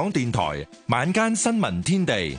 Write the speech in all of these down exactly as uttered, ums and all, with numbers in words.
港電台晚間新聞天地，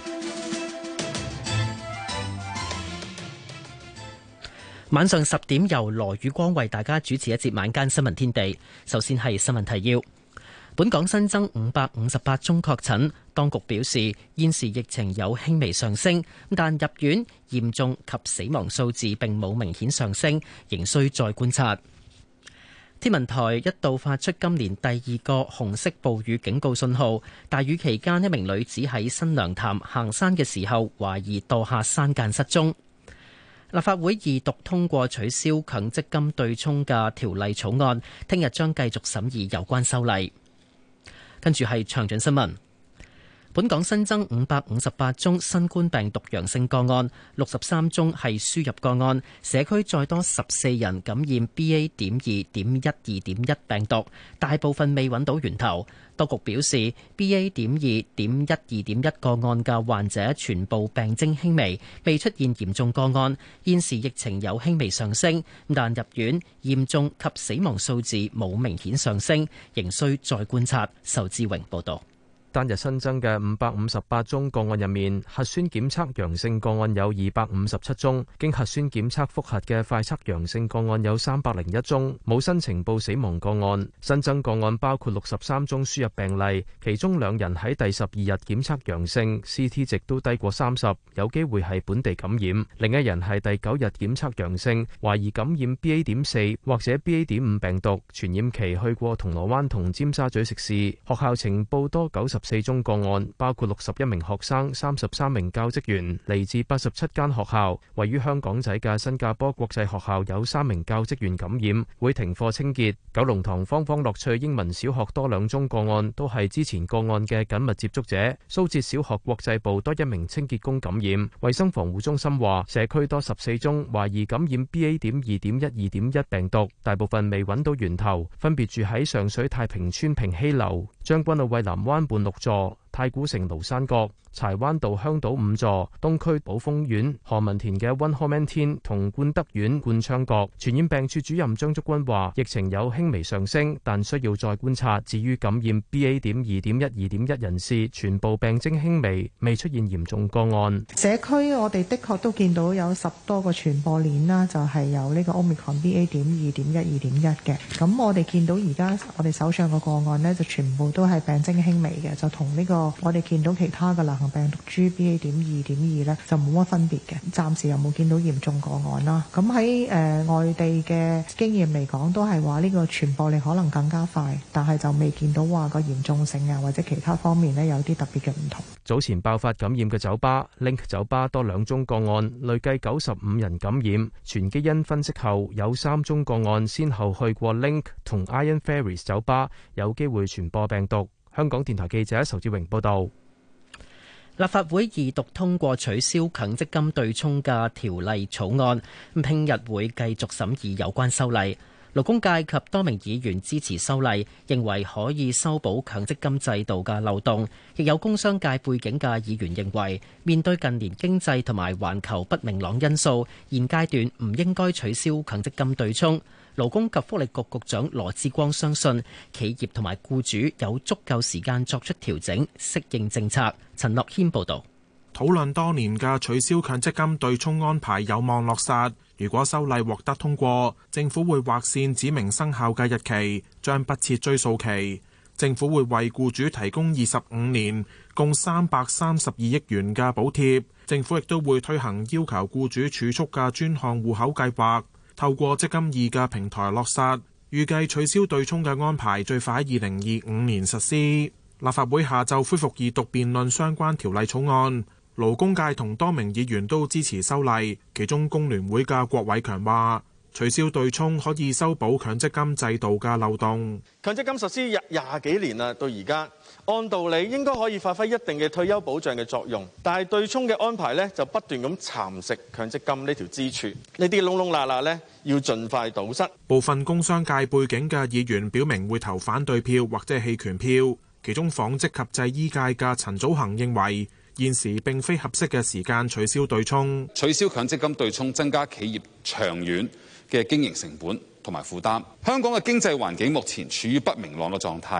晚上十點由羅宇光為大家主持一節晚間新聞天地。首先係新聞提要。本港新增五百五十八宗確診，當局表示現時疫情有輕微上升，但入院嚴重及死亡數字並冇明顯上升，仍需再觀察。天文台一度發出今年第二個紅色暴雨警告信號，大雨期間一名女子喺新娘潭行山嘅時候懷疑墮下山澗失蹤。立法會二讀通過取消強積金對沖嘅條例草案，聽日將繼續審議有關修例。跟住係詳盡新聞。本港新增五百五十八宗新冠病毒陽性個案，六十三宗係輸入個案。社區再多十四人感染 B A 點二點一二點一病毒，大部分未揾到源頭。當局表示 B A 點二點一二點一個案嘅患者全部病徵輕微，未出現嚴重個案。現時疫情有輕微上升，但入院嚴重及死亡數字冇明顯上升，仍需再觀察。仇志榮報導。 單日新增嘅五百五十八宗個案入面，核酸檢測陽性個案有二百五十七宗，經核酸檢測複核嘅快測陽性個案有三百零一宗，冇新呈報死亡個案。新增個案包括六十三宗輸入病例，其中兩人喺第十二日檢測陽性 ，C T 值都低過三十，有機會係本地感染。另一人係第九日檢測陽性，懷疑感染 B A 點四或者 B A 點五病毒，傳染期去過銅鑼灣同尖沙咀食肆。學校呈報多九十四宗個案，包括六十一名學生、三十三名教職員，嚟自八十七間學校。位於香港仔嘅新加坡國際學校有三名教職員感染，會停課清潔。九龍塘方方樂趣英文小學多兩宗個案，都係之前個案嘅緊密接觸者。蘇浙小學國際部多一名清潔工感染。衛生防護中心話，社區多十四宗懷疑感染 B A 點二點一二點一病毒，大部分未揾到源頭，分別住喺上水太平村平希樓、將軍澳蔚藍灣畔六座、太古城廬山閣、柴灣道香島五座、東區寶豐苑、何文田嘅溫康 man 天同冠德苑冠昌閣。傳染病處主任張竹君話，疫情有輕微上升，但需要再觀察。至於感染 B A 點二點一二點一人士，全部病徵輕微，未出現嚴重個案。 社區我哋的確都見到有十多個傳播鏈啦，就係有呢個 Omicron B A 點二點一二點一嘅。咁我哋見到而家我哋手上個個案呢，就全部都係病徵輕微嘅，就同呢個我哋見到其他嘅流行病毒株 B A 點二點二咧就冇乜分別嘅，暫時又冇見到嚴重個案啦。咁喺誒外地嘅經驗嚟講，都係話呢個傳播力可能更加快，但係就未見到話個嚴重性啊或者其他方面咧有啲特別嘅唔同。 早前爆發感染嘅酒吧 Link 酒吧多兩宗個案，累計九十五人感染。全基因分析後有三宗個案先後去過 Link 同 Iron Fairies 酒吧，有機會傳播病毒。香港電台記者仇志榮報道。 立法會二讀通過取消強積金對沖嘅條例草案，聽日會繼續審議有關修例。勞工界及多名議員支持修例，認為可以修補強積金制度嘅漏洞。亦有工商界背景嘅議員認為，面對近年經濟同埋環球不明朗因素，現階段唔應該取消強積金對沖。勞工及福利局局長羅致光相信，企業同埋僱主有足夠時間作出調整，適應政策。陳樂軒報導。 討論多年嘅取消強積金對沖安排有望落實。如果修例獲得通過，政府會劃線指明生效嘅日期，將不設追溯期。政府會為僱主提供二十五年，共三百三十二億元嘅補貼。政府亦都會推行要求僱主儲蓄嘅專項戶口計劃，透過積金易嘅平台落實。預計取消對沖嘅安排最快喺二零二五年實施。立法會下晝恢復二讀辯論相關條例草案。勞工界同多名議員都支持修例，其中工聯會嘅郭偉強話：取消對沖可以修補強積金制度嘅漏洞。 強積金實施廿廿幾年啦，到而家按道理應該可以發揮一定嘅退休保障嘅作用，但係對沖嘅安排呢，就不斷咁蠶食強積金呢條支柱，呢啲窿窿罅罅呢，要盡快堵塞。 部分工商界背景嘅議員表明會投反對票或者棄權票，其中紡織及製衣界嘅陳祖恒認為，現時並非合適嘅時間取消對沖， 取消強積金對沖，增加企業長遠嘅經營成本同埋負擔。香港嘅經濟環境目前處於不明朗嘅狀態，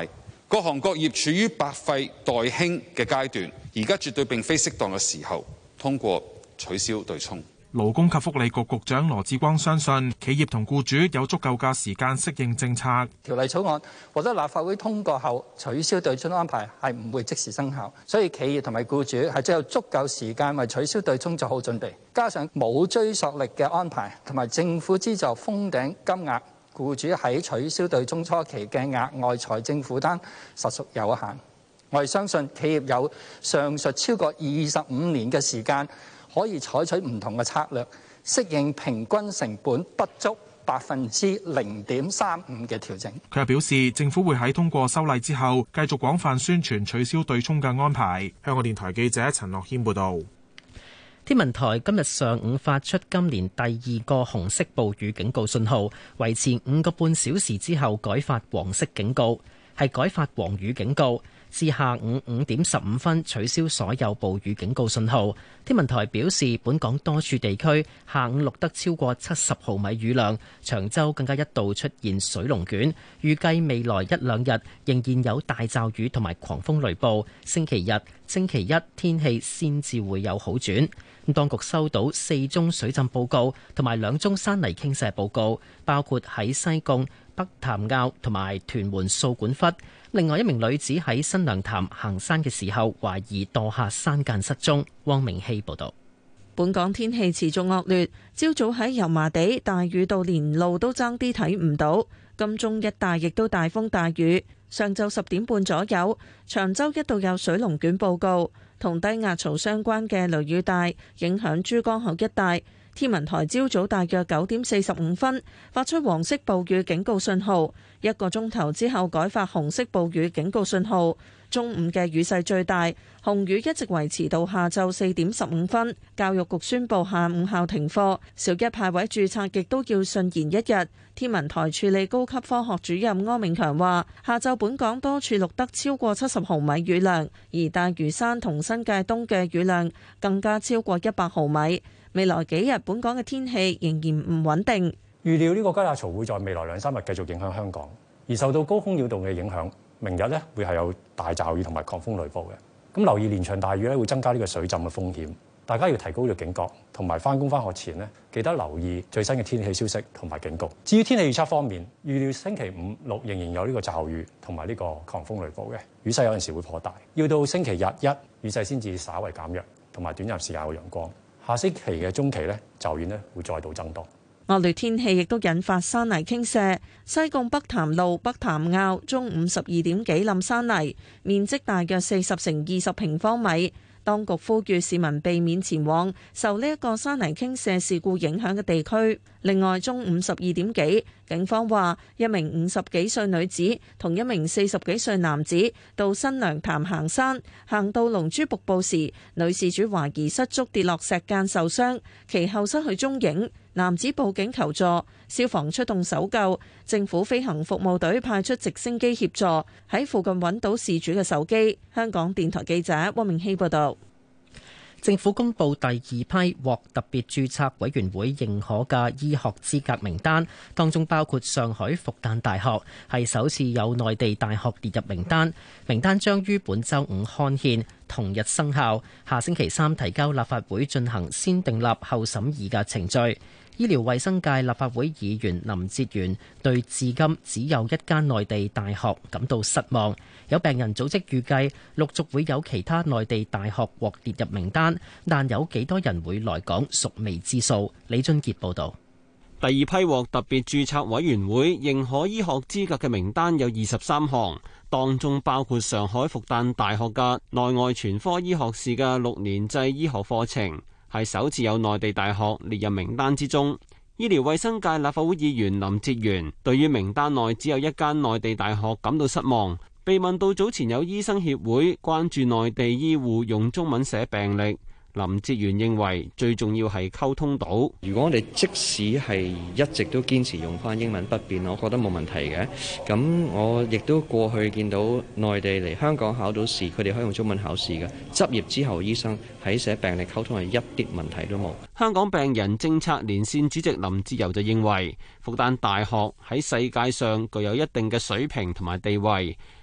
各行各業處於百廢待興嘅階段，而家絕對並非適當嘅時候通過取消對沖。 勞工及福利局局長羅致光相信，企業同僱主有足夠嘅時間適應政策。 條例草案獲得立法會通過後，取消對沖安排係唔會即時生效，所以企業同埋僱主係最有足夠時間為取消對沖做好準備。加上冇追溯力嘅安排，同埋政府資助封頂金額，僱主喺取消對沖初期嘅額外財政負擔實屬有限。我哋相信企業有上述超過二十五年嘅時間，可以採取唔同嘅策略，適應平均成本不足百分之零點三五嘅調整。 佢又表示，政府會喺通過修例之後，繼續廣泛宣傳取消對沖嘅安排。香港電台記者陳樂軒報導。 天文台今日上午發出今年第二個紅色暴雨警告信號，維持五個半小時之後改發黃色警告，係改發黃雨警告。至下午五點十五分取消所有暴雨警告信號。天文台表示，本港多處地區下午錄得超過七十毫米雨量，長洲更加一度出現水龍捲。預計未來一兩日仍然有大驟雨同埋狂風雷暴。星期日、星期一天氣先至會有好轉。當局收到四宗水浸報告同埋兩宗山泥傾瀉報告，包括喺西貢北潭坳同埋屯門掃管笏。另外一名女子喺新娘潭行山嘅時候，懷疑墮下山澗失蹤。汪明希報道。 本港天氣持續惡劣，朝早喺油麻地大雨到連路都爭啲睇唔到，金鐘一帶亦都大風大雨。上晝十點半左右，長洲一度有水龍捲報告，同低壓槽相關嘅雷雨帶影響珠江口一帶。天文台朝早大約九點四十五分發出黃色暴雨警告信號，一個鐘頭之後改發紅色暴雨警告信號。中午嘅雨勢最大，紅雨一直維持到下晝四點十五分。教育局宣布下午校停課，小一派位註冊亦都要順延一日。天文台助理高級科學主任柯永強話：下晝本港多處錄得超過七十毫米雨量，而大嶼山同新界東嘅雨量更加超過一百毫米。未來幾日本港嘅天氣仍然唔穩定。 預料呢個低壓槽會在未來兩三日繼續影響香港，而受到高空擾動嘅影響，明日咧會係有大驟雨同埋狂風雷暴嘅。咁留意連場大雨咧會增加呢個水浸嘅風險，大家要提高呢個警覺，同埋返工返學前咧記得留意最新嘅天氣消息同埋警告。至於天氣預測方面，預料星期五六仍然有呢個驟雨同埋呢個狂風雷暴嘅，雨勢有陣時會頗大，要到星期日一雨勢先至稍為減弱，同埋短暫時間有陽光。下星期嘅中期咧，驟雨咧會再度增多。 惡劣天氣亦都引發山泥傾瀉，西貢北潭路北潭坳中午十二點幾冧山泥，面積大約四十乘二十平方米。當局呼籲市民避免前往受呢一個山泥傾瀉事故影響嘅地區。另外，中午十二點幾，警方話一名五十幾歲女子同一名四十幾歲男子到新娘潭行山，行到龍珠瀑布時，女事主懷疑失足跌落石澗受傷，其後失去蹤影。男子報警求助，消防出動搜救，政府飛行服務隊派出直升機協助，喺附近揾到事主嘅手機。香港電台記者汪明希報道。 政府公布第二批獲特別註冊委員會認可嘅醫學資格名單，當中包括上海復旦大學，係首次有內地大學列入名單。名單將於本週五刊憲，同日生效。下星期三提交立法會進行先訂立後審議嘅程序。醫療衛生界立法會議員林哲玄對至今只有一間內地大學感到失望。有病人組織預計陸續會有其他內地大學獲列入名單，但有幾多人會來港屬未知數。李俊傑報導。 第二批獲特別註冊委員會認可醫學資格嘅名單有二十三項，當中包括上海復旦大學嘅內外全科醫學士嘅六年制醫學課程，係首次有內地大學列入名單之中。醫療衛生界立法會議員林哲玄對於名單內只有一間內地大學感到失望。被問到早前有醫生協會關注內地醫護用中文寫病歷，林哲玄認為最重要係溝通到。 如果我哋即使係一直都堅持用翻英文不變，我覺得冇問題嘅。咁我亦都過去見到內地嚟香港考到試，佢哋可以用中文考試嘅。執業之後醫生喺寫病歷溝通係一啲問題都冇。 香港病人政策連線主席林志釉就認為復旦大學喺世界上具有一定嘅水平同埋地位，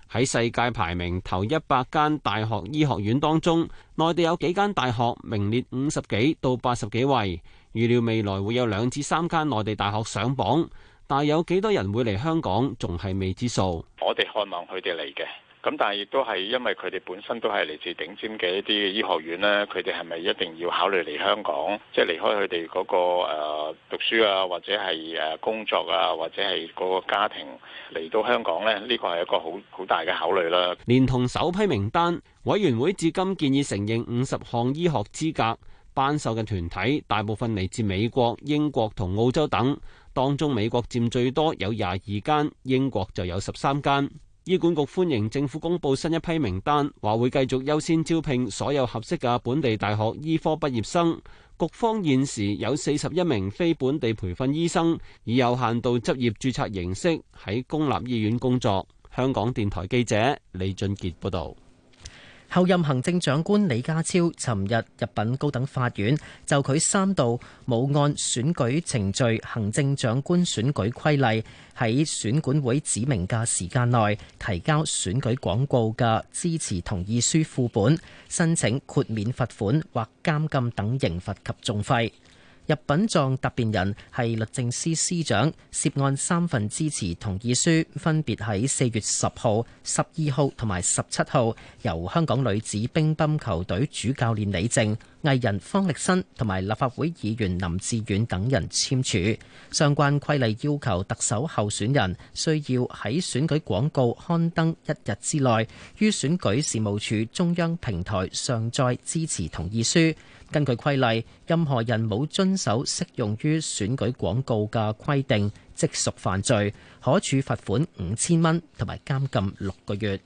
喺世界排名頭一百間大學醫學院當中，內地有幾間大學名列五十幾到八十幾位。預料未來會有兩至三間內地大學上榜，但有幾多人會嚟香港，仲係未知數。 我哋渴望佢哋嚟嘅。咁但係亦都係因為佢哋本身都係嚟自頂尖嘅一啲醫學院咧，佢哋係咪一定要考慮嚟香港，即係離開佢哋嗰個誒讀書啊，或者係誒工作啊，或者係嗰個家庭嚟到香港咧？呢個係一個好好大嘅考慮啦。 連同首批名單，委員會至今建議承認五十項醫學資格，頒授嘅團體大部分嚟自美國、英國同澳洲等，當中美國佔最多，有廿二間，英國就有十三間。醫管局歡迎政府公布新一批名單，話會繼續優先招聘所有合適嘅本地大學醫科畢業生。局方現時有四十一名非本地培訓醫生，以有限度執業註冊形式喺公立醫院工作。香港電台記者李俊傑報導。 候任行政長官李家超尋日入稟高等法院，就佢三度冇按選舉程序行政長官選舉規例喺選管會指明嘅時間內提交選舉廣告嘅支持同意書副本，申請豁免罰款或監禁等刑罰及訟費。入稟狀答辯人係律政司司長，涉案三份支持同意書分別喺四月十號、十二號同埋十七號由香港女子乒乓球隊主教練李靜、藝人方力申同埋立法會議員林志遠等人簽署。相關規例要求特首候選人需要喺選舉廣告刊登一日之內，於選舉事務處中央平台上載支持同意書。根據規例，任何人冇遵守適用於選舉廣告嘅規定，即屬犯罪，可處罰款五千蚊同埋監禁六個月。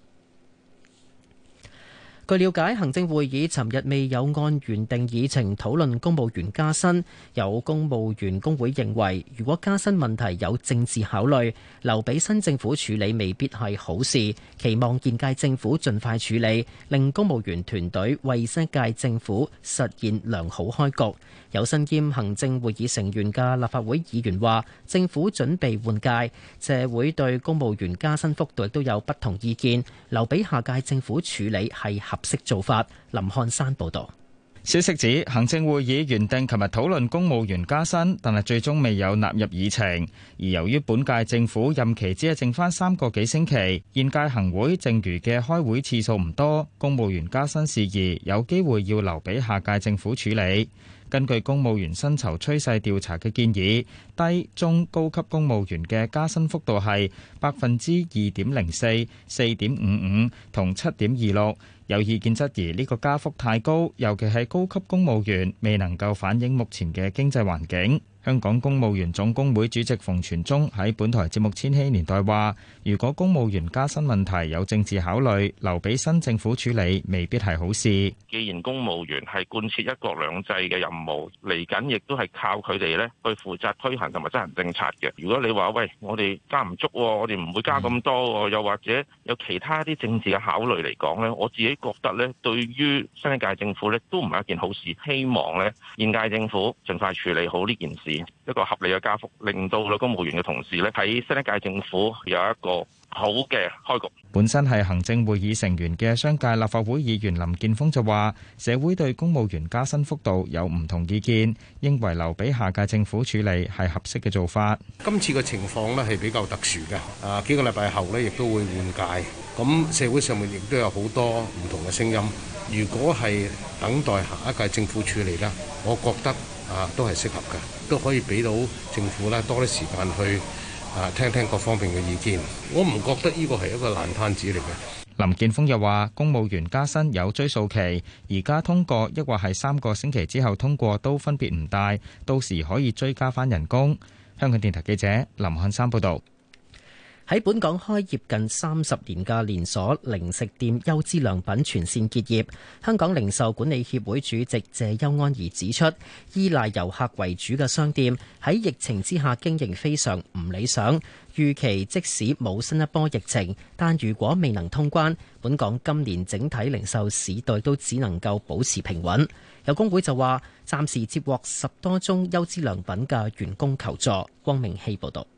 據了解，行政會議尋日未有按原定議程討論公務員加薪。有公務員工會認為，如果加薪問題有政治考慮，留俾新政府處理未必係好事。期望現屆政府盡快處理，令公務員團隊為新一屆政府實現良好開局。有身兼行政會議成員嘅立法會議員話，政府準備換屆，社會對公務員加薪幅度亦都有不同意見，留俾下屆政府處理係合適做法。林漢山報導。 消息指，行政會議原定琴日討論公務員加薪，但係最終未有納入議程。而由於本屆政府任期只係剩翻三個幾星期，現屆行會剩餘嘅開會次數唔多，公務員加薪事宜有機會要留俾下屆政府處理。根據公務員薪酬趨勢調查嘅建議，低、中、高級公務員嘅加薪幅度係百分之二點零四、四點五五同七點二六。有意見質疑呢個加幅太高，尤其係高級公務員未能夠反映目前嘅經濟環境。香港公務員總工會主席馮傳宗喺本台節目《千禧年代》話，如果公務員加薪問題有政治考慮，留俾新政府處理未必係好事。 既然公務員係貫徹一國兩制嘅任務，嚟緊亦都係靠佢哋咧去負責推行同埋執行政策嘅。如果你話喂，我哋加唔足，我哋唔會加咁多，又或者有其他啲政治嘅考慮嚟講咧，我自己覺得咧，對於新一屆政府咧都唔係一件好事。希望咧現屆政府盡快處理好呢件事。一個合理嘅加幅，令到女公務員嘅同事咧喺新一屆政府有一個好嘅開局。 本身係行政會議成員嘅商界立法會議員林健鋒就話，社會對公務員加薪幅度有唔同意見，認為留俾下屆政府處理係合適嘅做法。 今次嘅情況咧係比較特殊嘅，啊幾個禮拜後咧亦都會換屆，咁社會上面亦都有好多唔同嘅聲音。如果係等待下一屆政府處理咧，我覺得啊都係適合嘅，都可以俾到政府咧多啲時間去啊聽聽各方面嘅意見。我唔覺得呢個係一個爛攤子嚟嘅。 林健鋒又話，公務員加薪有追溯期，而家通過抑或係三個星期之後通過都分別唔大，到時可以追加翻人工。香港電台記者林漢山報導。 喺本港開業近三十年嘅連鎖零食店優之良品全線結業。香港零售管理協會主席謝邱安儀指出，依賴遊客為主嘅商店喺疫情之下經營非常唔理想。預期即使冇新一波疫情，但如果未能通關，本港今年整體零售市道都只能夠保持平穩。有工會就話，暫時接獲十多宗優之良品嘅員工求助。汪明希報導。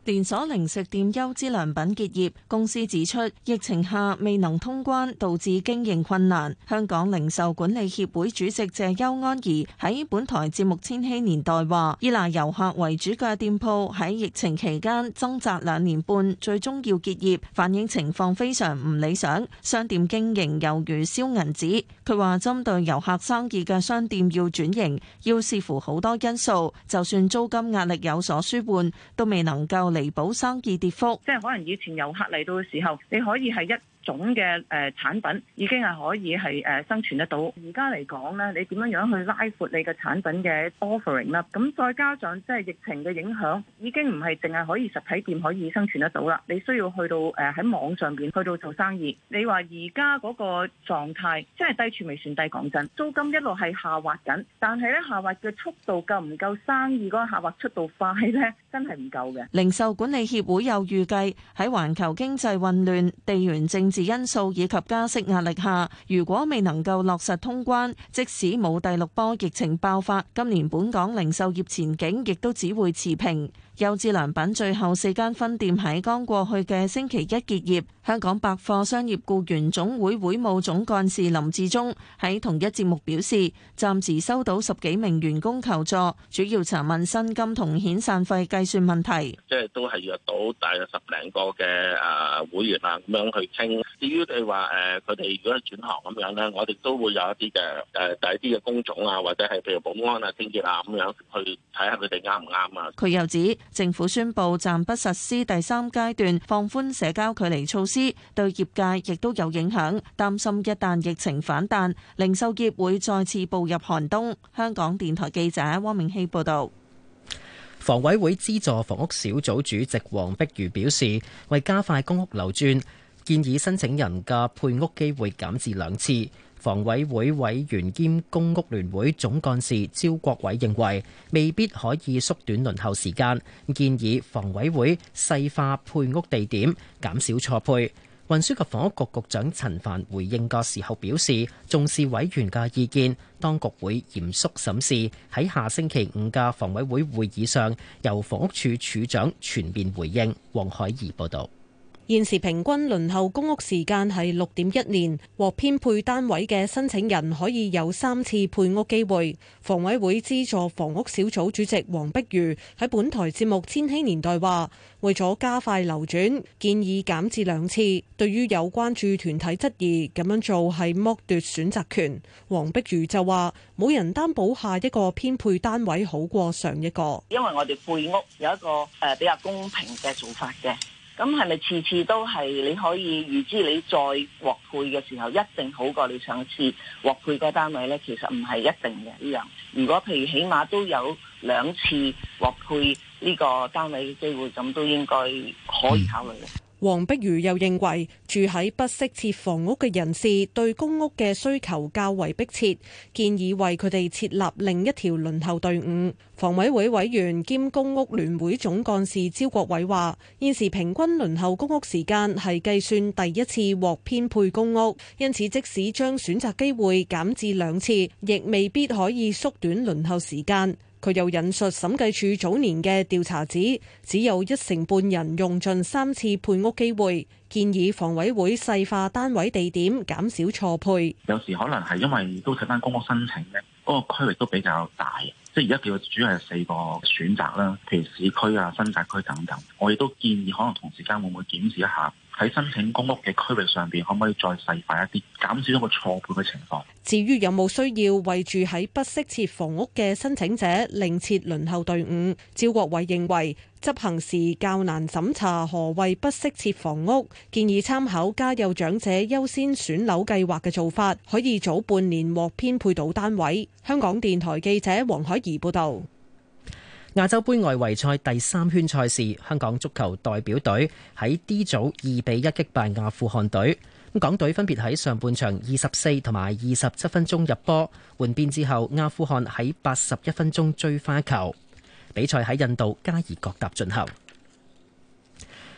連鎖零食店優之良品結業，公司指出疫情下未能通關，導致經營困難。香港零售管理協會主席謝邱安儀喺本台節目《千禧年代》話，依賴遊客為主嘅店鋪喺疫情期間掙扎兩年半，最終要結業，反映情況非常唔理想，商店經營猶如燒銀紙。佢話針對遊客生意嘅商店要轉型，要視乎好多因素，就算租金壓力有所舒緩，都未能夠彌補生意跌幅。 即係可能以前遊客嚟到嘅時候，你可以係一種嘅誒產品已經係可以係誒生存得到。而家嚟講咧，你點樣樣去拉闊你嘅產品嘅 offering 啦？咁再加上即係疫情嘅影響，已經唔係淨係可以實體店可以生存得到啦。你需要去到誒喺網上邊去到做生意。你話而家嗰個狀態，即係低處未算低，講真，租金一路係下滑緊，但係咧下滑嘅速度夠唔夠生意嗰個下滑速度快咧？真係唔夠嘅。 零售管理協會又預計喺環球經濟混亂、地緣政治因素以及加息壓力下，如果未能夠落實通關，即使冇第六波疫情爆發，今年本港零售業前景亦都只會持平。優之良品最後四間分店喺剛過去嘅星期一結業。香港百貨商業僱員總會會務總幹事林志忠喺同一節目表示，暫時收到十幾名員工求助，主要查問薪金同遣散費計算問題。 即係都係約到大約十零個嘅誒會員啊，咁樣去傾。至於你話誒佢哋如果係轉行咁樣咧，我哋都會有一啲嘅誒第一啲嘅工種啊，或者係譬如保安啊、清潔啊咁樣去睇下佢哋啱唔啱啊。 佢又指政府宣布暫不實施第三階段放寬社交距離措施，對業界亦都有影響，擔心一旦疫情反彈，零售業會再次步入寒冬。香港電台記者汪明熙報道。 房委會資助房屋小組主席黃碧如表示，為加快公屋流轉，建議申請人嘅配屋機會減至兩次。房委會委員兼公屋聯會總幹事招國偉認為，未必可以縮短輪候時間，建議房委會細化配屋地點，減少錯配。運輸及房屋局局長陳帆回應嘅時候表示，重視委員嘅意見，當局會嚴肅審視。喺下星期五嘅房委會會議上，由房屋署署長全面回應。黃海怡報導。 現時平均輪候公屋時間係六點一年，獲編配單位嘅申請人可以有三次配屋機會。房委會資助房屋小組主席黃碧如喺本台節目《千禧年代》話，為咗加快流轉，建議減至兩次。對於有關注團體質疑咁樣做係剝奪選擇權，黃碧如就話冇人擔保下一個編配單位好過上一個， 因為我哋配屋有一個誒比較公平嘅做法嘅。咁係咪次次都係你可以預知你再獲配嘅時候一定好過你上次獲配個單位呢？其實唔係一定嘅呢樣。如果譬如起碼都有兩次獲配呢個單位嘅機會，咁都應該可以考慮嘅。 黃碧如又認為，住喺不適切房屋嘅人士對公屋嘅需求較為迫切，建議為佢哋設立另一條輪候隊伍。房委會委員兼公屋聯會總幹事招國偉話，現時平均輪候公屋時間係計算第一次獲編配公屋，因此即使將選擇機會減至兩次，亦未必可以縮短輪候時間。佢又引述審計署早年嘅調查指，只有一成半人用盡三次配屋機會，建議房委會細化單位地點，減少錯配。 有時可能係因為都睇翻公屋申請嘅嗰個區域都比較大，即係而家叫主要係四個選擇啦，譬如市區啊、新界區等等。我亦都建議可能同時間會唔會檢視一下喺申請公屋嘅區域上邊，可唔可以再細化一啲，減少一個錯配嘅情況。 至於有冇需要為住喺不適切房屋嘅申請者另設輪候隊伍，趙國偉認為執行時較難審查何謂不適切房屋，建議參考家有長者優先選樓計劃嘅做法，可以早半年獲編配到單位。香港電台記者黃海怡報導。 亞洲盃外圍賽第三圈賽事，香港足球代表隊喺 D 組二比一擊敗阿富汗隊。港隊分別喺上半場二十四同埋二十七分鐘入波，換邊之後，阿富汗喺八十一分鐘追翻球。比賽喺印度加爾各答進行。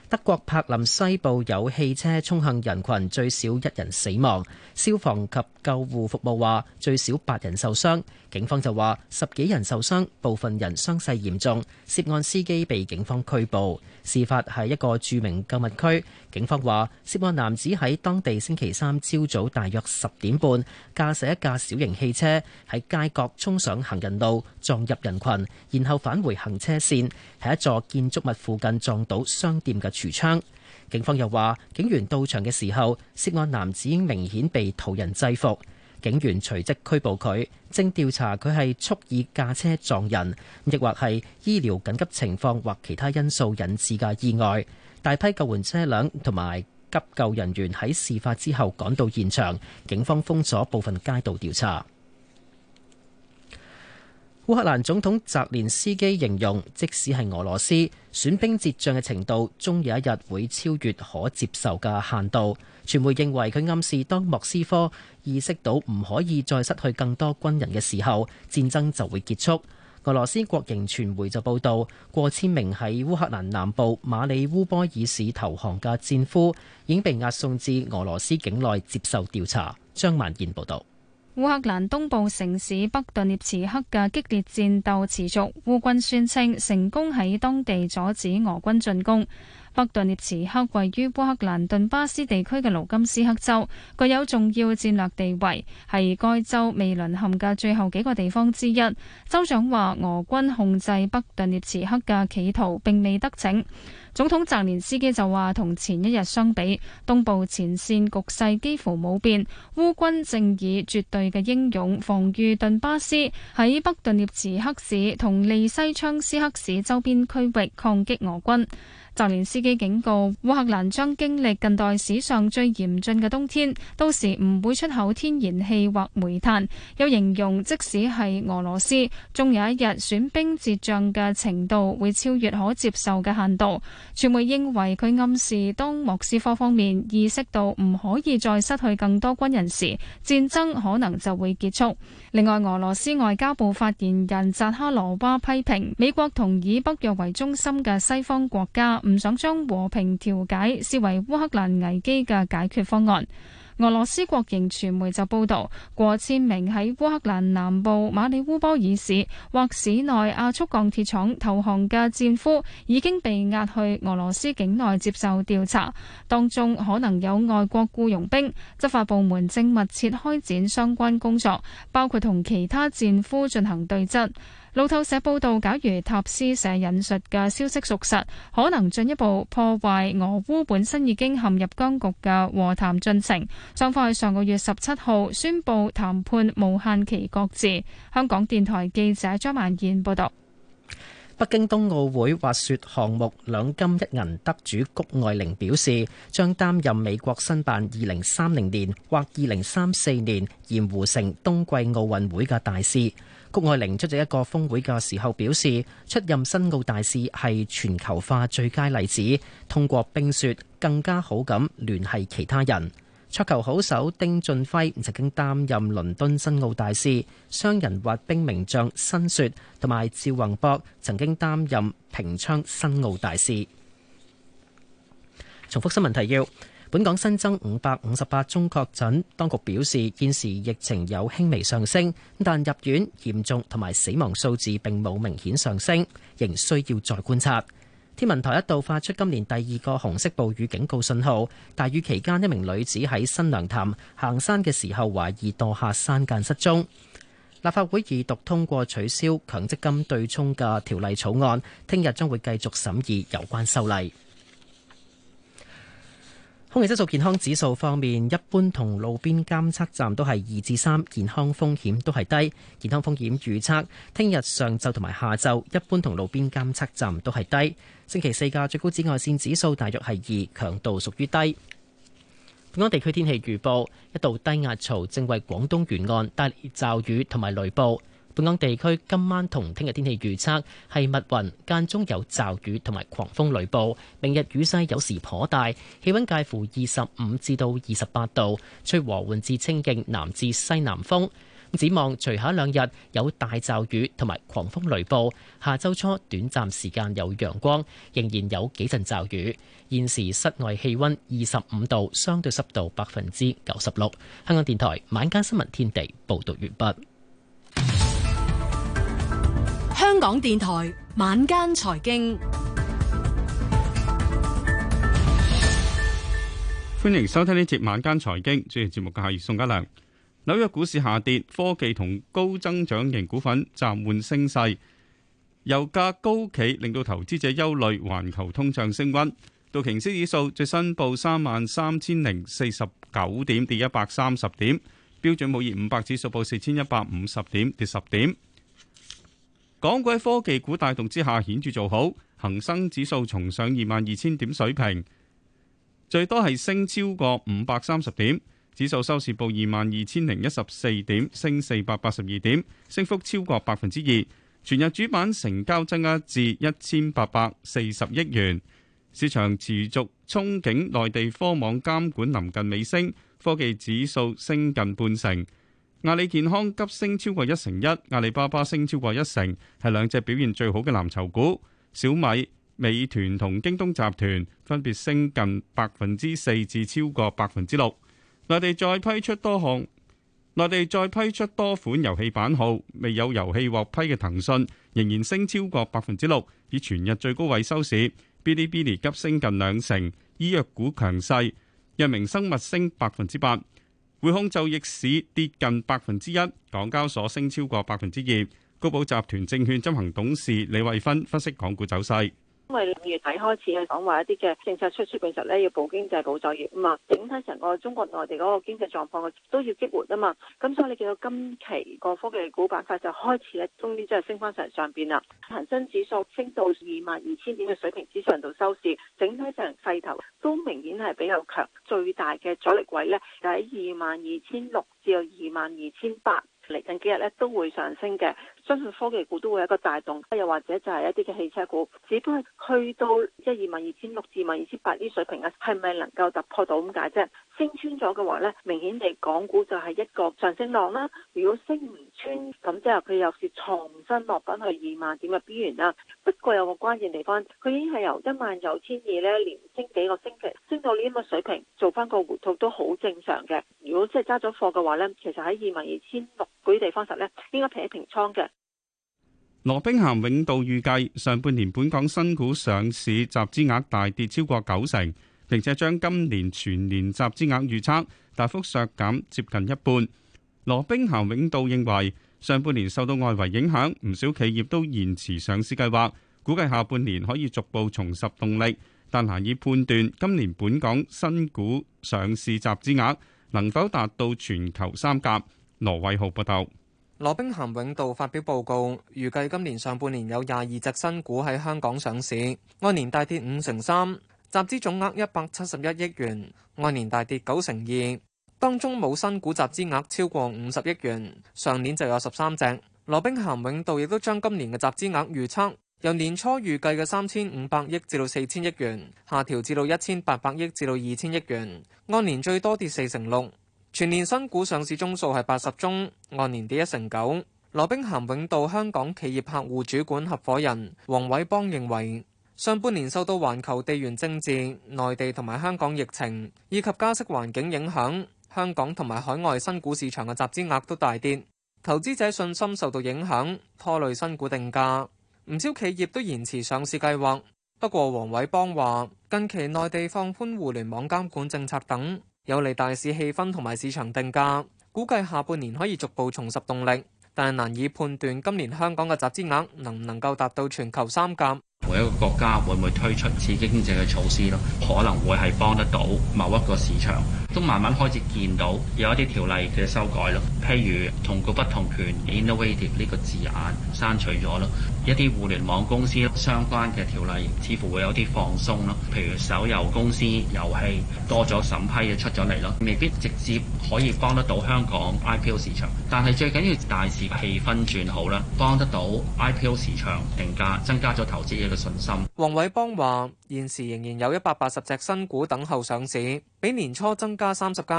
德國柏林西部有汽車衝向人群，最少一人死亡。消防及救護服務話最少八人受傷。警方就話十幾人受傷，部分人傷勢嚴重。涉案司機被警方拘捕。事發係一個著名購物區。警方話涉案男子喺當地星期三朝早大約十點半駕駛一架小型汽車喺街角衝上行人路，撞入人群，然後返回行車線，喺一座建築物附近撞到商店嘅櫥窗。警方又話警員到場嘅時候，涉案男子明顯被途人制服，警員隨即拘捕佢，正調查佢係蓄意駕車撞人，亦或係醫療緊急情況或其他因素引致嘅意外。大批救援車輛同埋急救人員喺事發之後趕到現場，警方封鎖部分街道調查。烏克蘭總統澤連斯基形容，即使係俄羅斯損兵折將嘅程度，終有一日會超越可接受嘅限度。傳媒認為佢暗示，當莫斯科意識到唔可以再失去更多軍人嘅時候，戰爭就會結束。俄羅斯國營傳媒就報道，過千名喺烏克蘭南部馬里烏波爾市投降嘅戰俘已經被押送至俄羅斯境內接受調查。張萬燕報道。 烏克蘭東部城市北頓涅茨克嘅激烈戰鬥持續，烏軍宣稱成功喺當地阻止俄軍進攻。北頓涅茨克位於烏克蘭頓巴斯地區嘅盧甘斯克州，具有重要戰略地位，係該州未淪陷嘅最後幾個地方之一。州長話，俄軍控制北頓涅茨克嘅企圖並未得逞。總統澤連斯基就話，同前一日相比，東部前線局勢幾乎冇變，烏軍正以絕對嘅英勇防禦頓巴斯喺北頓涅茨克市同利西昌斯克市周邊區域抗擊俄軍。澤連斯基警告，烏克蘭將經歷近代史上最嚴峻嘅冬天，到時唔會出口天然氣或煤炭。又形容即使係俄羅斯，終有一日損兵折將嘅程度會超越可接受嘅限度。傳媒認為佢暗示，當莫斯科方面意識到唔可以再失去更多軍人時，戰爭可能就會結束。另外，俄羅斯外交部發言人扎哈羅娃批評美國同以北約為中心嘅西方國家唔想將和平調解視為烏克蘭危機嘅解決方案。俄羅斯國營傳媒就報道，過千名喺烏克蘭南部馬里烏波爾市或市內亞速鋼鐵廠投降嘅戰俘已經被押去俄羅斯境內接受調查，當中可能有外國僱傭兵。執法部門正密切開展相關工作，包括同其他戰俘進行對質。路透社報道，假如塔斯社引述嘅消息屬實，可能進一步破壞俄烏本身已經陷入僵局嘅和談進程。雙方喺上個月十七號宣布談判無限期擱置。香港電台記者張曼燕報道。 北京冬奧會滑雪項目兩金一銀得主谷愛凌表示，將擔任美國申辦二零三零年或二零三四年鹽湖城冬季奧運會嘅大使。谷愛凌出席一個峰會嘅時候表示，出任申奧大使係全球化最佳例子，通過冰雪更加好咁聯繫其他人。桌球好手丁俊暉曾經擔任倫敦申奧大使，雙人滑冰名將申雪同埋趙宏博曾經擔任平昌申奧大使。重複新聞提要。本港新增五百五十八宗確診，當局表示現時疫情有輕微上升，但入院嚴重同埋死亡數字並冇明顯上升，仍需要再觀察。天文台一度發出今年第二個紅色暴雨警告信號，大雨期間一名女子喺新娘潭行山嘅時候懷疑墮下山澗失蹤。立法會二讀通過取消強積金對沖嘅條例草案，聽日將會繼續審議有關修例。空氣質素健康指數方面，一般同路邊監測站都係二至三，健康風險都係低。健康風險預測，聽日上晝同埋下晝，一般同路邊監測站都係低。星期四嘅最高紫外線指數大約係二，強度屬於低。本港地區天氣預報，一道低壓槽正為廣東沿岸帶嚟驟雨同埋雷暴。本港地區今晚同聽日天氣預測係密雲，間中有驟雨同埋狂風雷暴。明日雨勢有時頗大，氣溫介乎二十五至到二十八度，吹和緩至清勁南至西南風。 展望隨後兩日有大驟雨同埋狂風雷暴，下週初短暫時間有陽光，仍然有幾陣驟雨。現時室外氣溫二十五度，相對濕度百分之九十六。香港電台晚間新聞天地報道完畢。 香港電台晚間財經， 歡迎收聽呢節晚間財經，主持節目嘅係宋家良。紐約股市下跌，科技同高增長型股份暫緩升勢，油價高企令到投資者憂慮環球通脹升溫。道瓊斯指數最新報三萬三千零四十九點，跌一百三十點。標準普爾五百指數報四千一百五十點，跌十點。港股喺科技股帶動之下顯著做好，恒生指數重上二萬二千點水平，最多係升超過五百三十點。指數收市報二萬二千零一十四點，升四百八十二點，升幅超過百分之二。全日主板成交增加至一千八百四十億元。市場持續憧憬內地科網監管臨近尾聲，科技指數升近半成。阿里健康急升超過一成一，阿里巴巴升超過一成，係兩隻表現最好嘅藍籌股。小米、美團同京東集團分別升近百分之四至超過百分之六。內地再批出多項，內地再批出多款遊戲版號，未有遊戲獲批嘅騰訊仍然升超過百分之六，以全日最高位收市。嗶哩嗶哩急升近兩成，醫藥股強勢，藥明生物升百分之八。匯控就逆市跌近百分之一，港交所升超過百分之二。高寶集團證券執行董事李慧芬分析港股走勢。 因為五月底開始係講話一啲嘅政策出出嘅時候咧，要保經濟保就業啊嘛，整體成個中國內地嗰個經濟狀況都要激活啊嘛，咁所以你見到今期個科技股板塊就開始咧，終於真係升翻上上邊啦。恒生指數升到二萬二千點嘅水平之上度收市，整體成勢頭都明顯係比較強，最大嘅阻力位咧就喺二萬二千六至到二萬二千八。嚟緊幾日咧都會上升嘅，相信科技股都會有一個帶動，又或者就係一啲嘅汽車股，只不過去到即係二萬二千六至二萬二千八呢水平咧，係咪能夠突破到咁解啫？升穿咗嘅話咧，明顯地港股就係一個上升浪啦。如果升唔穿，咁即係佢又是重新落翻去二萬點嘅邊緣啦。不過有個關鍵地方，佢已經係由一萬九千二咧連升幾個星期，升到呢咁嘅水平，做翻個回吐都好正常嘅。如果即係揸咗貨嘅話咧，其實喺二萬二千六嗰啲地方實咧，應該平一平倉嘅。 羅兵咸永道預計上半年本港新股上市集資額大跌超過九成，並且將今年全年集資額預測大幅削減接近一半。羅兵咸永道認為上半年受到外圍影響，唔少企業都延遲上市計劃，估計下半年可以逐步重拾動力，但難以判斷今年本港新股上市集資額能否達到全球三甲。羅偉浩報道。 羅兵咸永道發表報告，預計今年上半年有廿二隻新股喺香港上市，按年大跌五成三，集資總額一百七十一億元，按年大跌九成二。當中冇新股集資額超過五十億元，上年就有十三隻。羅兵咸永道亦都將今年嘅集資額預測由年初預計嘅三千五百億至到四千億元，下調至到一千八百億至到二千億元，按年最多跌四成六。全年新股上市宗數係八十宗，按年跌一成九。羅兵咸永道香港企業客戶主管合夥人黃偉邦認為，上半年受到環球地緣政治、內地同埋香港疫情以及加息環境影響，香港同埋海外新股市場嘅集資額都大跌，投資者信心受到影響，拖累新股定價。唔少企業都延遲上市計劃。不過黃偉邦話，近期內地放寬互聯網監管政策等，有利大市氣氛同埋市場定價，估計下半年可以逐步重拾動力，但係難以判斷今年香港嘅集資額能唔能夠達到全球三甲。 每一個國家會唔會推出刺激經濟嘅措施咯？可能會係幫得到某一個市場，都慢慢開始見到有一啲條例嘅修改咯。譬如同股不同權 （innovative） 呢個字眼刪除咗咯，一啲互聯網公司相關嘅條例似乎會有啲放鬆咯。譬如手遊公司遊戲多咗審批嘅出咗嚟咯，未必直接可以幫得到香港 I P O 市場，但係最緊要大市氣氛轉好啦，幫得到 I P O 市場定價，增加咗投資者嘅信心。 黃偉邦話：現時仍然有一百八十隻新股等候上市，比年初增加三十間。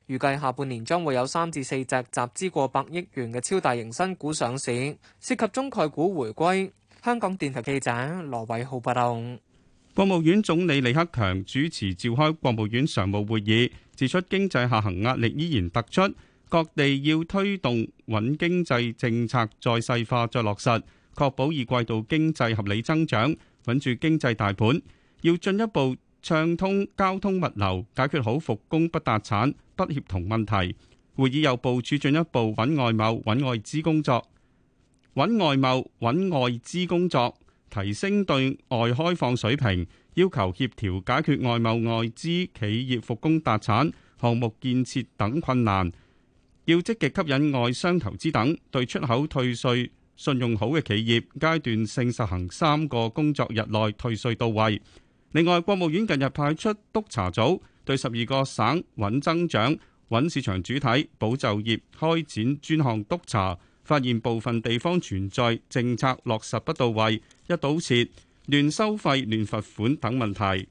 預計下半年將會有三至四隻集資過百億元嘅超大型新股上市，涉及中概股回歸。香港電台記者羅偉浩報道。 國務院總理李克強主持召開國務院常務會議，指出經濟下行壓力依然突出，各地要推動穩經濟政策再細化再落實，確保二季度經濟合理增長，穩住經濟大盤。要進一步暢通交通物流，解決好復工不達產、不協同問題。會議又部署進一步穩外貿、穩外資工作，穩外貿、穩外資工作，提升對外開放水平，要求協調解決外貿外資企業復工達產、項目建設等困難。要積極吸引外商投資等，對出口退稅信用好嘅企業，階段性實行三個工作日內退稅到位。另外，國務院近日派出督查組，對十二個省穩增長、穩市場主體、保就業開展專項督查，發現部分地方存在政策落實不到位、一刀切、亂收費、亂罰款等問題。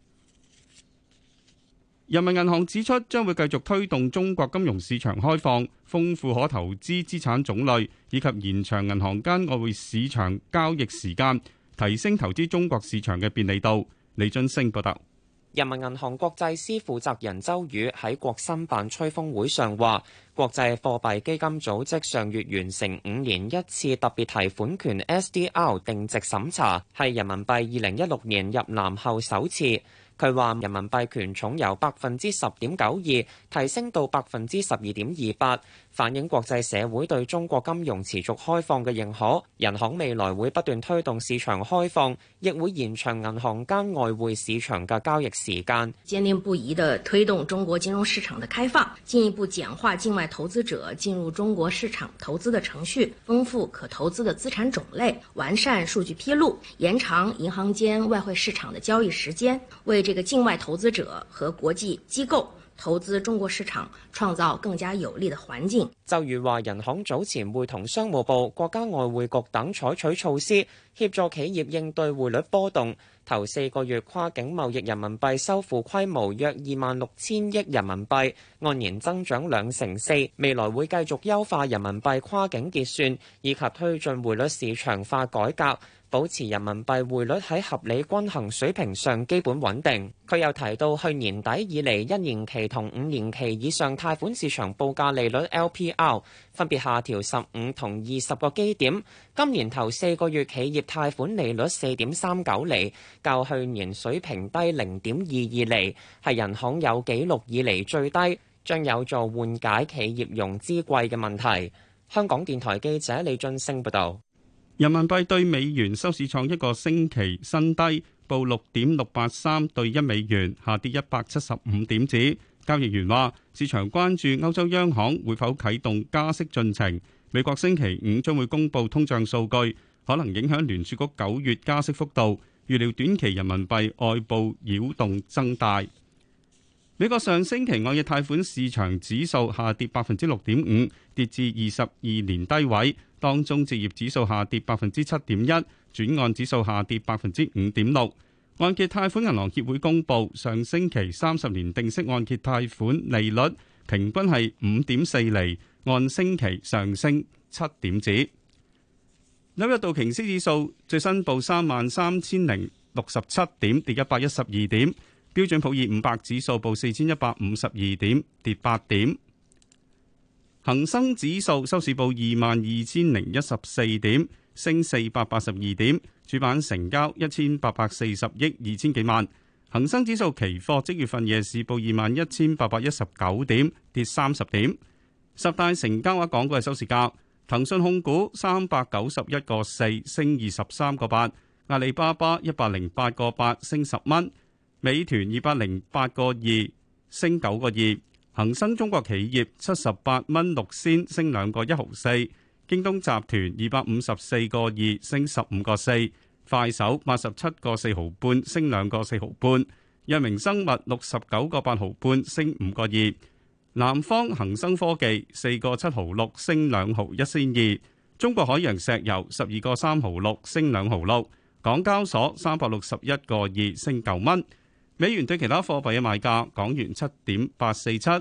人民銀行指出，將會繼續推動中國金融市場開放，豐富可投資資產種類，以及延長銀行間外匯市場交易時間，提升投資中國市場嘅便利度。李津升報道。 人民銀行國際司負責人周宇喺國新辦吹風會上話，國際貨幣基金組織上月完成五年一次特別提款權 S D R 定值審查，係人民幣二零一六年入籃後首次。佢話人民幣權重由百分之十點九二提升到百分之十二點二八，反映國際社會對中國金融持續開放嘅認可。人行未來會不斷推動市場開放，亦會延長銀行間外匯市場嘅交易時間， 堅定不移地推動中國金融市場的開放，進一步簡化境外投資者進入中國市場投資的程序，豐富可投資的資產種類，完善數據披露，延長銀行間外匯市場的交易時間，為這個境外投資者和國際機構投資中國市場創造更加有利的環境。 周宇話，人行早前會同商務部、國家外匯局等採取措施，協助企業應對匯率波動。頭四個月跨境貿易人民幣收付規模約二萬六千億人民幣，按年增長兩成四。未來會繼續優化人民幣跨境結算，以及推進匯率市場化改革，保持人民幣匯率喺合理均衡水平上基本穩定。佢又提到，去年底以嚟一年期同五年期以上貸款市場報價利率 L P R 分別下調十五同二十個基點。今年頭四個月企業貸款利率四點三九厘，較去年水平低零點二二厘，係人行有紀錄以嚟最低，將有助緩解企業融資貴嘅問題。香港電台記者李俊升報道。 人民幣對美元收市創一個星期新低，報六點六八三對一美元，下跌一百七十五點子。交易員話，市場關注歐洲央行會否啟動加息進程。美國星期五將會公布通脹數據，可能影響聯儲局九月加息幅度。預料短期人民幣外部擾動增大。美國上星期按揭貸款市場指數下跌百分之六點五，跌至二十二年低位。當中置業指數下跌百分之七點一，轉按指數下跌百分之五點六。按揭貸款銀行協會公布，上星期三十年定息按揭貸款利率平均係五點四厘，按星期上升七點子。紐約道瓊斯指數最新報三萬三千零六十七點，跌一百一十二點。標準普爾五百指數報四千一百五十二點，跌八點。恒生指數收市報二萬二千零一十四點，升四百八十二點。主板成交一千八百四十億二千幾萬。恒生指數期貨即月份夜市報二萬一千八百一十九點，跌三十點。十大成交額港股嘅收市價：騰訊控股三百九十一個四，升二十三個八；阿里巴巴一百零八個八，升十蚊。美團二百零八個二，升九個二；恒生中國企業七十八蚊六仙，升兩個一毫四；京東集團二百五十四個二，升十五個四；快手八十七個四毫半，升兩個四毫半；藥明生物六十九個八毫半，升五個二；南方恒生科技四個七毫六，升兩毫一仙二；中國海洋石油十二個三毫六，升兩毫六；港交所三百六十一個二，升九蚊。美元對其他貨幣嘅賣價：港元七點八四七，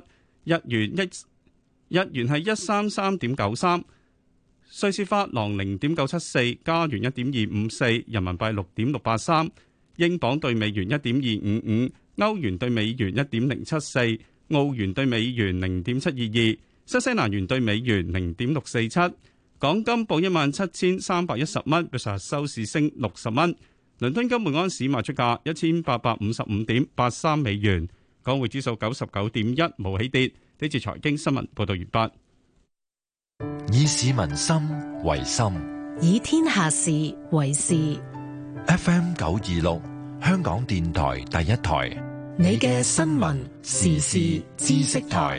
日元一日元係一三三點九三，瑞士法郎零點九七四，加元一點二五四，人民幣六點六八三，英鎊對美元一點二五五，歐元對美元一點零七四，澳元對美元零點七二二，新西蘭元對美元零點六四七。港金報一萬七千三百一十蚊，比上日收市升六十蚊。倫敦金每安士賣出價一千八百五十五點八三美元。港匯指數九十九點一，冇起跌。呢次財經新聞報道完畢。 以市民心為心， 以天下事為事。 F M 九二六，香港電台第一台， 你嘅新聞時事知識台。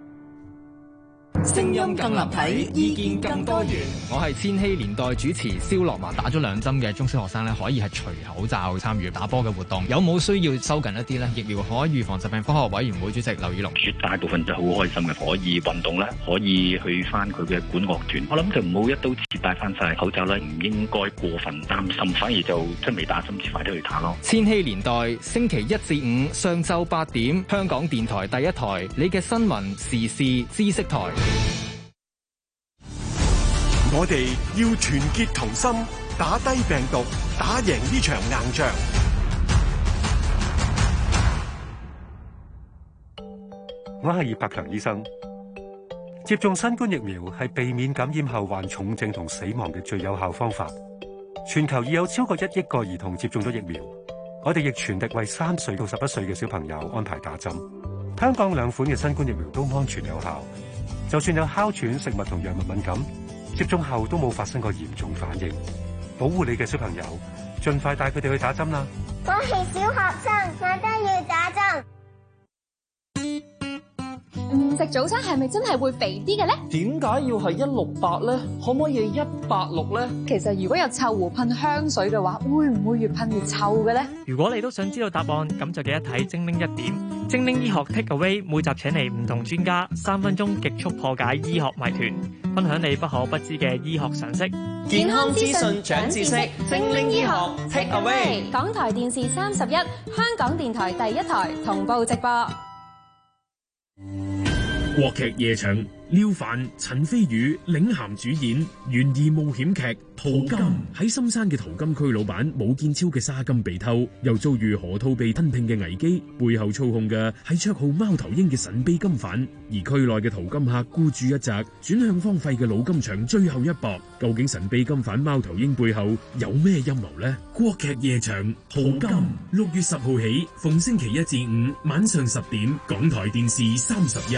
聲音更立體，意見更多元。我係千禧年代主持蕭樂華。打咗兩針嘅中小學生咧，可以係除口罩參與打波嘅活動。有冇需要收緊一啲呢？疫苗可預防疾病科學委員會主席劉宇龍： 絕大部分就好開心嘅，可以運動啦，可以去翻佢嘅管樂團。我諗就唔好一刀切戴翻晒口罩啦，唔應該過分擔心，反而就即係未打針至快啲去打咯。 千禧年代星期一至五上晝八點，香港電台第一台，你嘅新聞時事知識台。 我哋要團結同心，打低病毒，打贏呢場硬仗。 我係葉柏強醫生。接種新冠疫苗係避免感染後患重症同死亡嘅最有效方法。全球已有超過一億個兒童接種咗疫苗，我哋亦全力為三歲到十一歲嘅小朋友安排打針。香港兩款嘅新冠疫苗都安全有效，就算有哮喘、食物同藥物敏感，接種後都冇發生過嚴重反應。保護你嘅小朋友，盡快帶佢哋去打針啦！ 我係小學生，我都要打針。 唔食早餐係咪真係會肥啲嘅咧？ 點解要係一六八咧？可唔可以一八六咧？ 其實如果有臭狐噴香水嘅話，會唔會越噴越臭嘅咧？ 如果你都想知道答案，咁就記得睇精靈一點。精靈醫學 Take Away 每集請嚟唔同專家，三分鐘極速破解醫學謎團，分享你不可不知嘅醫學常識。 健康資訊長知識，精靈醫學 Take Away。 港台電視三十一，香港電台第一台同步直播。 國劇夜場，廖凡、陳飛宇領銜主演懸疑冒險劇《淘金》。喺深山嘅淘金區，老闆武建超嘅沙金被偷，又遭遇河套被吞併嘅危機，背後操控嘅係綽號貓頭鷹嘅神秘金販。而區內嘅淘金客孤注一擲，轉向荒廢嘅老金場最後一搏。究竟神秘金販貓頭鷹背後有咩陰謀呢？國劇夜場《淘金》，六月十號起，逢星期一至五晚上十點，港台電視三十一。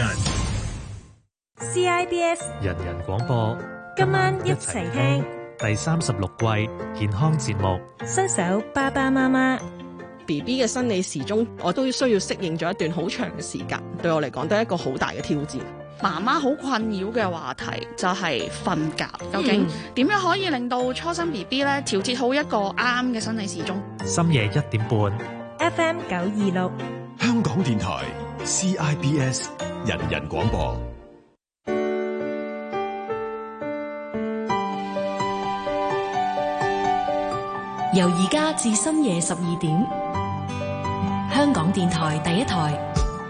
C I B S 人人廣播，今晚一齊聽第三十六季健康節目。新手爸爸媽媽 B B 嘅生理時鐘，我都需要適應咗一段好長嘅時間，對我嚟講都係一個好大嘅挑戰。 媽媽好困擾嘅話題就係瞓覺，究竟點樣可以令到初生 B B 咧調節好一個啱嘅生理時鐘？ 深夜一點半 ，F M 九二六， 香港電台 C I B S 人人廣播。 由而家至深夜十二點，香港電台第一台。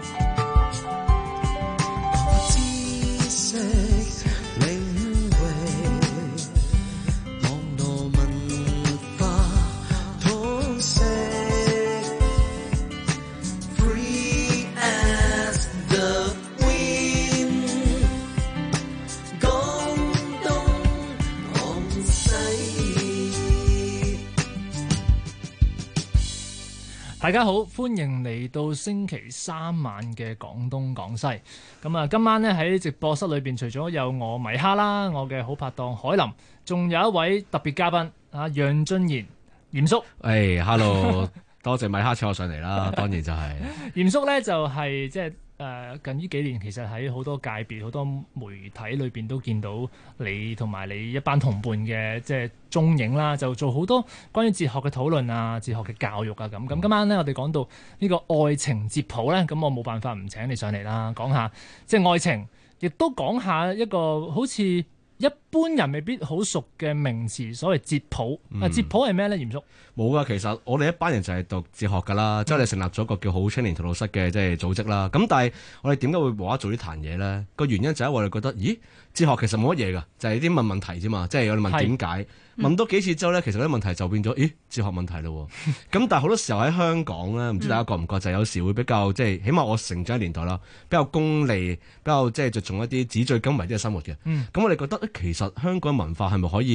大家好，歡迎嚟到星期三晚嘅廣東廣西。咁啊，今晚咧喺直播室裏邊，除咗有我米哈啦，我嘅好拍檔海林，仲有一位特別嘉賓啊，楊俊賢嚴叔。 誒、hey，hello， 多謝米哈請我上嚟啦。當然就係、 是、嚴叔咧，就係即係誒近呢幾年，其實喺好多界別、好多媒體裏邊都見到你同埋你一班同伴嘅即係蹤影啦，就做好多關於哲學嘅討論啊、哲學嘅教育啊咁。咁今晚咧，我哋講到呢個愛情哲譜咧，咁我冇辦法唔請你上嚟啦，講下即係愛情，亦都講下一個好似一邊般人未必好熟嘅名詞，所謂哲普。啊，哲普係咩咧？嚴叔冇噶，其實我哋一班人就係讀哲學噶啦，即係、嗯、我哋成立咗個叫好青年荼毒室嘅即係組織啦。咁但係我哋點解會無啦啦做呢壇嘢咧？個原因就係我哋覺得，咦，哲學其實冇乜嘢噶，就係、是、啲問問題啫嘛，即係我哋問點解。問多幾次之後咧，其實啲問題就變咗，咦，哲學問題咯。咁但係好多時候喺香港咧，唔知大家覺唔覺，就係有時會比較即係，起碼我成長年代啦，比較功利，比較即係着重一啲紙醉金迷啲嘅生活嘅。咁、嗯、我哋覺得，其實香港文化係咪可以